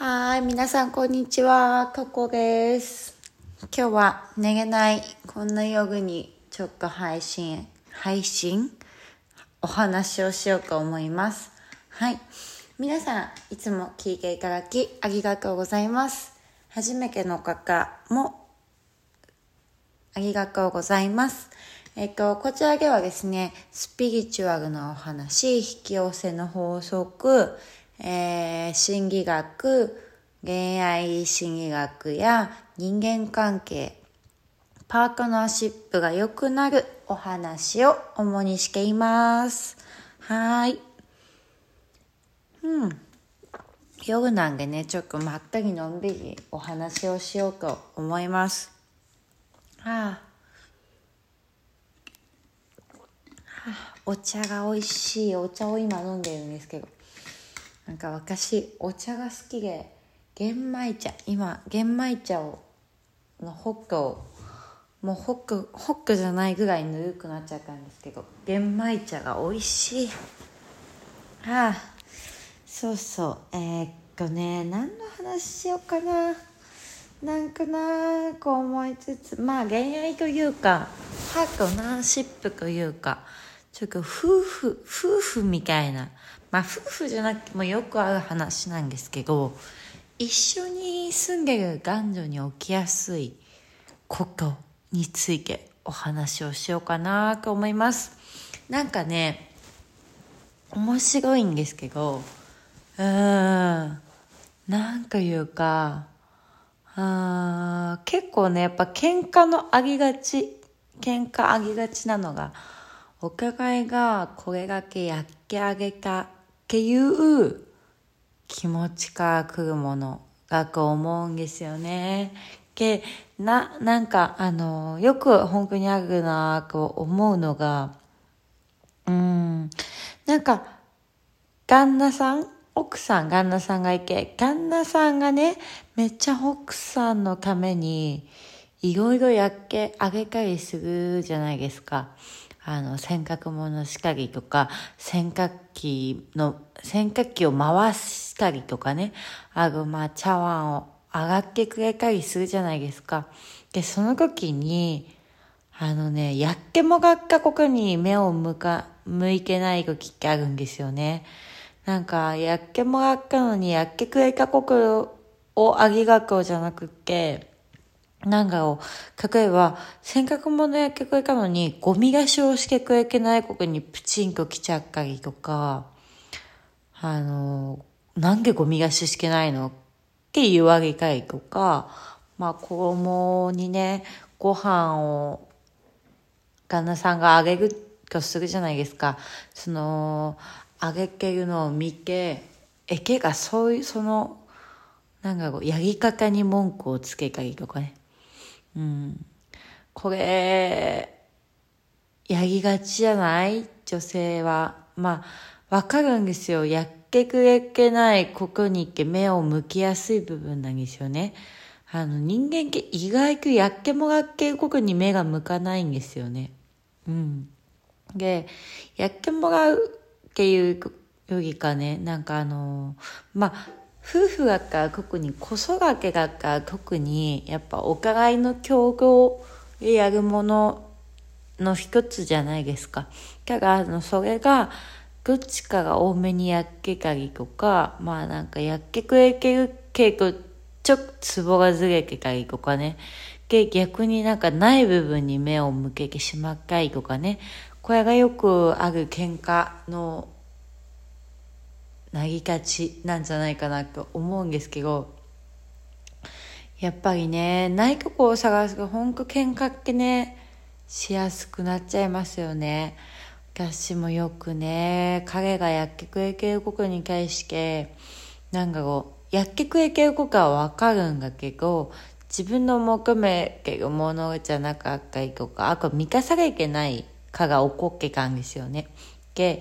皆さんこんにちは、ココです。今日は寝れないこんな夜にちょっと配信お話をしようと思います。皆さんいつも聞いていただきありがとうございます。初めての方もありがとうございます。こちらではですね、スピリチュアルなお話、引き寄せの法則、心理学、恋愛心理学や人間関係、パートナーシップが良くなるお話を主にしています。夜なんでね、ちょっとまったりのんびりお話をしようと思います。お茶が美味しい。お茶を今飲んでるんですけど、なんか私お茶が好きで、玄米茶のホックをもうホックじゃないぐらいぬるくなっちゃったんですけど、玄米茶が美味しい。そうそう、何の話しようかな、こう思いつつ、恋愛というかパートナーシップというか、ちょっと夫婦みたいな、夫婦じゃなくてもよくある話なんですけど、一緒に住んでる男女に起きやすいことについてお話をしようかなと思います。面白いんですけど、いうか、結構ね、やっぱ喧嘩ありがちなのが、お互いがこれだけやってあげたっていう気持ちから来るものだと思うんですよね。よく本当にあるなと思うのが、旦那さんがいて、旦那さんがね、めっちゃ奥さんのためにいろいろやってあげたりするじゃないですか。洗濯物したりとか、洗濯機を回したりとかね、茶碗を洗ってくれたりするじゃないですか。で、その時に、やってもらったことに目を向いてない時ってあるんですよね。やってもらったのにやってくれたことをありがとうじゃなくって、例えば洗濯物やってくれたのにゴミ出しをしてくれてないことにプチンと来ちゃったりとか、なんでゴミ出ししてないのって言われたりとか、子供にね、ご飯を旦那さんがあげるとするじゃないですか。あげてるのを見て、やり方に文句をつけたりとかね。これ、やりがちじゃない女性は。わかるんですよ。やってくれてないことに目を向きやすい部分なんですよね。人間って意外とやってもらっていることに目が向かないんですよね。やってもらうっていうよりかね、夫婦だったら特に子育てだったら特にやっぱお互いの協業でやるものの一つじゃないですか。だからそれがどっちかが多めにやってたりとか、やってくれてるけどちょっとツボがずれてたりとかね。で、逆にない部分に目を向けてしまったりとかね。これがよくある喧嘩のなりがちなんじゃないかなと思うんですけど、やっぱりね、ないとこを探すとほんと喧嘩ってね、しやすくなっちゃいますよね。私もよくね、彼がやってくれてることに対してやってくれてることはわかるんだけど、自分の求めてるものじゃなかったりとか、あと満たされてないかが起こってたんですよね。で、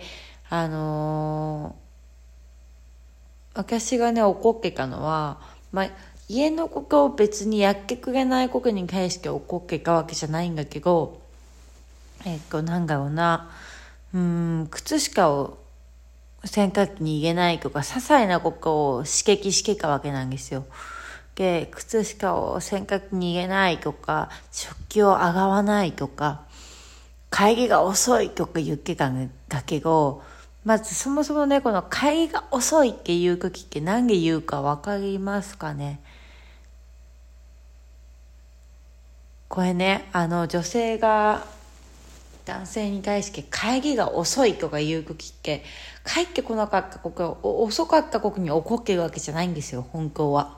私がね、怒ってたのは、家のことを別にやってくれないことに対して怒ってたわけじゃないんだけど、靴下を洗濯機に入れないとか、些細なことを刺激してたわけなんですよ。で、靴下を洗濯機に入れないとか、食器を洗わないとか、帰りが遅いとか言ってたんだけど、まずそもそもね、この帰りが遅いっていう時って何で言うかわかりますかね。これね、女性が男性に対して帰りが遅いとか言う時って、帰ってこなかったことが遅かったことに怒ってるわけじゃないんですよ、本当は。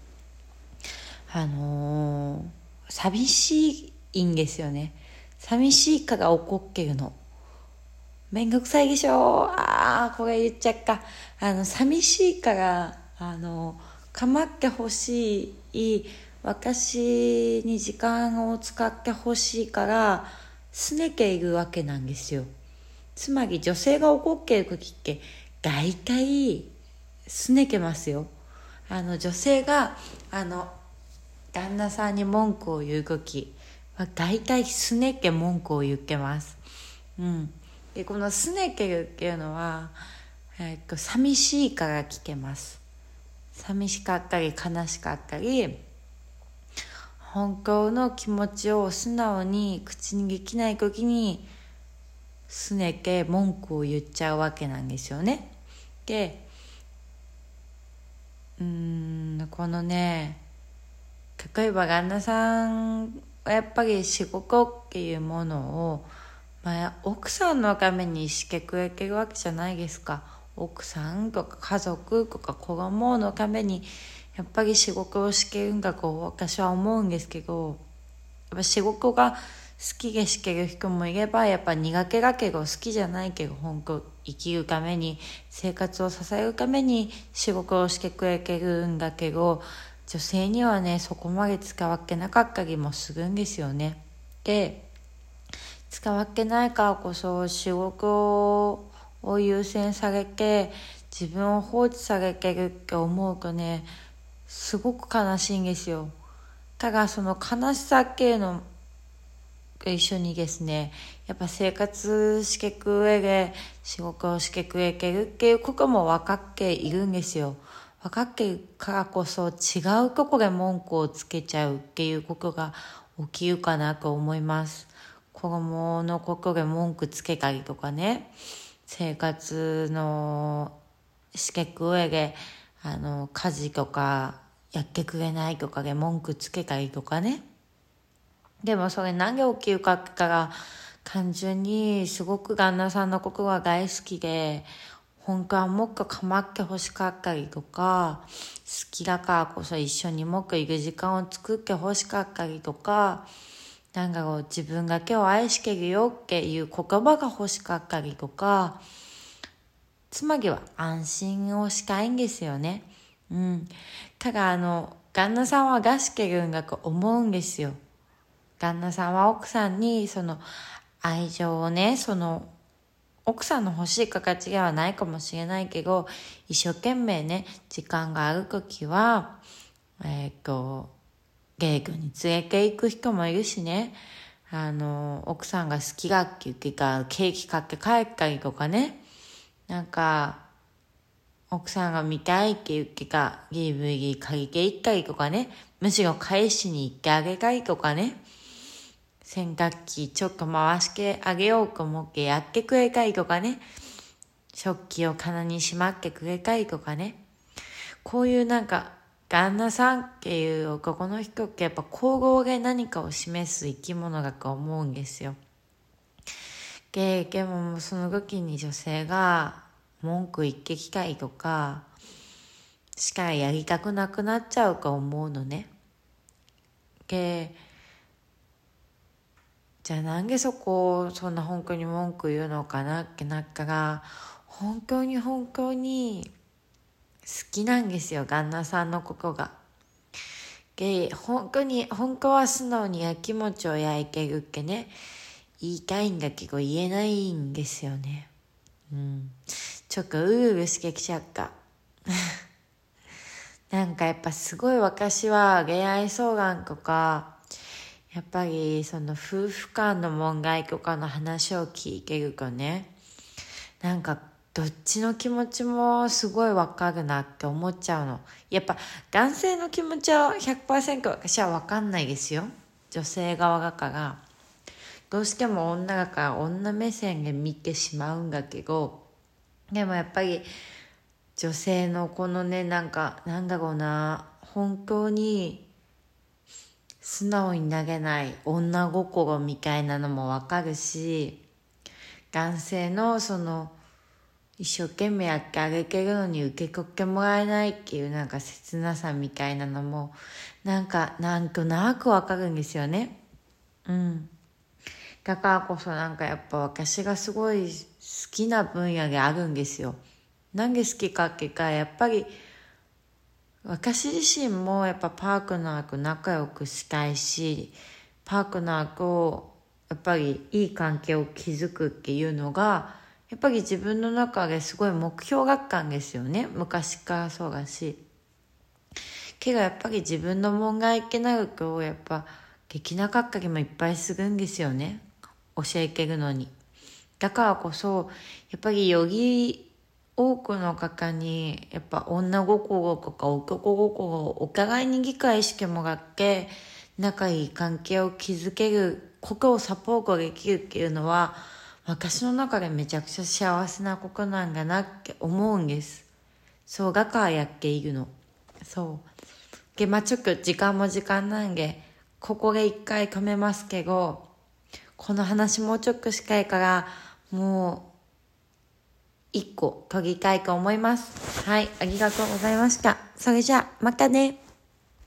寂しいんですよね。寂しいから怒ってるの。めんどくさいでしょ。これ言っちゃった。寂しいから、構ってほしい。私に時間を使ってほしいから、拗ねているわけなんですよ。つまり女性が怒っている時って、大体、拗ねてますよ。女性が、旦那さんに文句を言う時は、大体拗ねて文句を言ってます。でこの拗ねてるっていうのは、寂しいから来てます。寂しかったり悲しかったり、本当の気持ちを素直に口にできない時に拗ねて文句を言っちゃうわけなんですよね。でこのね、例えば旦那さんはやっぱり仕事っていうものを、奥さんのためにしてくれてるわけじゃないですか。奥さんとか家族とか子供のためにやっぱり仕事をしてるんだと私は思うんですけど、やっぱ仕事が好きでしてる人もいれば、やっぱ苦手だけど好きじゃないけど本当生きるために生活を支えるために仕事をしてくれてるんだけど、女性にはねそこまで使わけなかったりもするんですよね。で使わけないからこそ仕事を優先されて自分を放置されてるって思うとね、すごく悲しいんですよ。ただその悲しさっていうのと一緒にですね、やっぱ生活していく上で仕事をしてくれてるっていうことも分かっているんですよ。分かっているからこそ違うとこで文句をつけちゃうっていうことが起きるかなと思います。子供のことで文句つけたりとかね、生活のしていく上で家事とかやってくれないとかで文句つけたりとかね。でもそれ何が起きるかって言ったら、単純にすごく旦那さんのことが大好きで、本当はもっと構ってほしかったりとか、好きだからこそ一緒にもっといる時間を作ってほしかったりとか、自分だけを愛してるよっていう言葉が欲しかったりとか、つまりは安心をしたいんですよね。ただ旦那さんは出してるんだと思うんですよ。旦那さんは奥さんにその愛情をね、奥さんの欲しい形ではないかもしれないけど、一生懸命ね、時間があるときは、ゲートに連れて行く人もいるしね、奥さんが好きだって言ってからケーキ買って帰ったりとかね、奥さんが見たいって言ってか DVD 借りて行ったりとかね、むしろ返しに行ってあげたりとかね、洗濯機ちょっと回してあげようと思ってやってくれたりとかね、食器を棚にしまってくれたりとかね、こういう旦那さんっていう男の人ってやっぱ行動で何かを示す生き物だと思うんですよ。でもその時に女性が文句言ってきたりとかしかやりたくなくなっちゃうと思うのね。じゃあなんでそんな本当に文句言うのかなってなったら、本当に好きなんですよ、旦那さんのことが。本当は素直にやきもちを焼いてるっけね、言いたいんだけど言えないんですよね。ちょっとうるうるしてきちゃったやっぱすごい私は恋愛相談とかやっぱりその夫婦間の問題とかの話を聞いてるとね、 どっちの気持ちもすごいわかるなって思っちゃうの。やっぱ男性の気持ちは 100% 私はわかんないですよ。女性側だから。どうしても女だから女目線で見てしまうんだけど、でもやっぱり女性のこのね、なんだろうな、本当に素直になれない女心みたいなのもわかるし、男性のその一生懸命やってあげてるのに受け取ってもらえないっていうなんか切なさみたいなのもなんとなくわかるんですよね。だからこそなんかやっぱ私がすごい好きな分野であるんですよ。なんで好きかっていうか、やっぱり私自身もやっぱパートナーと仲良くしたいし、パートナーとやっぱりいい関係を築くっていうのがやっぱり自分の中ですごい目標だったんですよね。昔からそうだし。けどやっぱり自分の問題ってなるとやっぱできなかったりもいっぱいするんですよね。教えてるのに。だからこそやっぱりより多くの方にやっぱ女心とか男心をお互いに理解してもらって仲いい関係を築けることをサポートできるっていうのは私の中でめちゃくちゃ幸せなことなんだなって思うんです。そうだからやっているの。そうで、ちょっと時間も時間なんでここで一回止めますけど、この話もうちょっとしたいからもう一個研ぎたいと思います。はい、ありがとうございました。それじゃあまたね。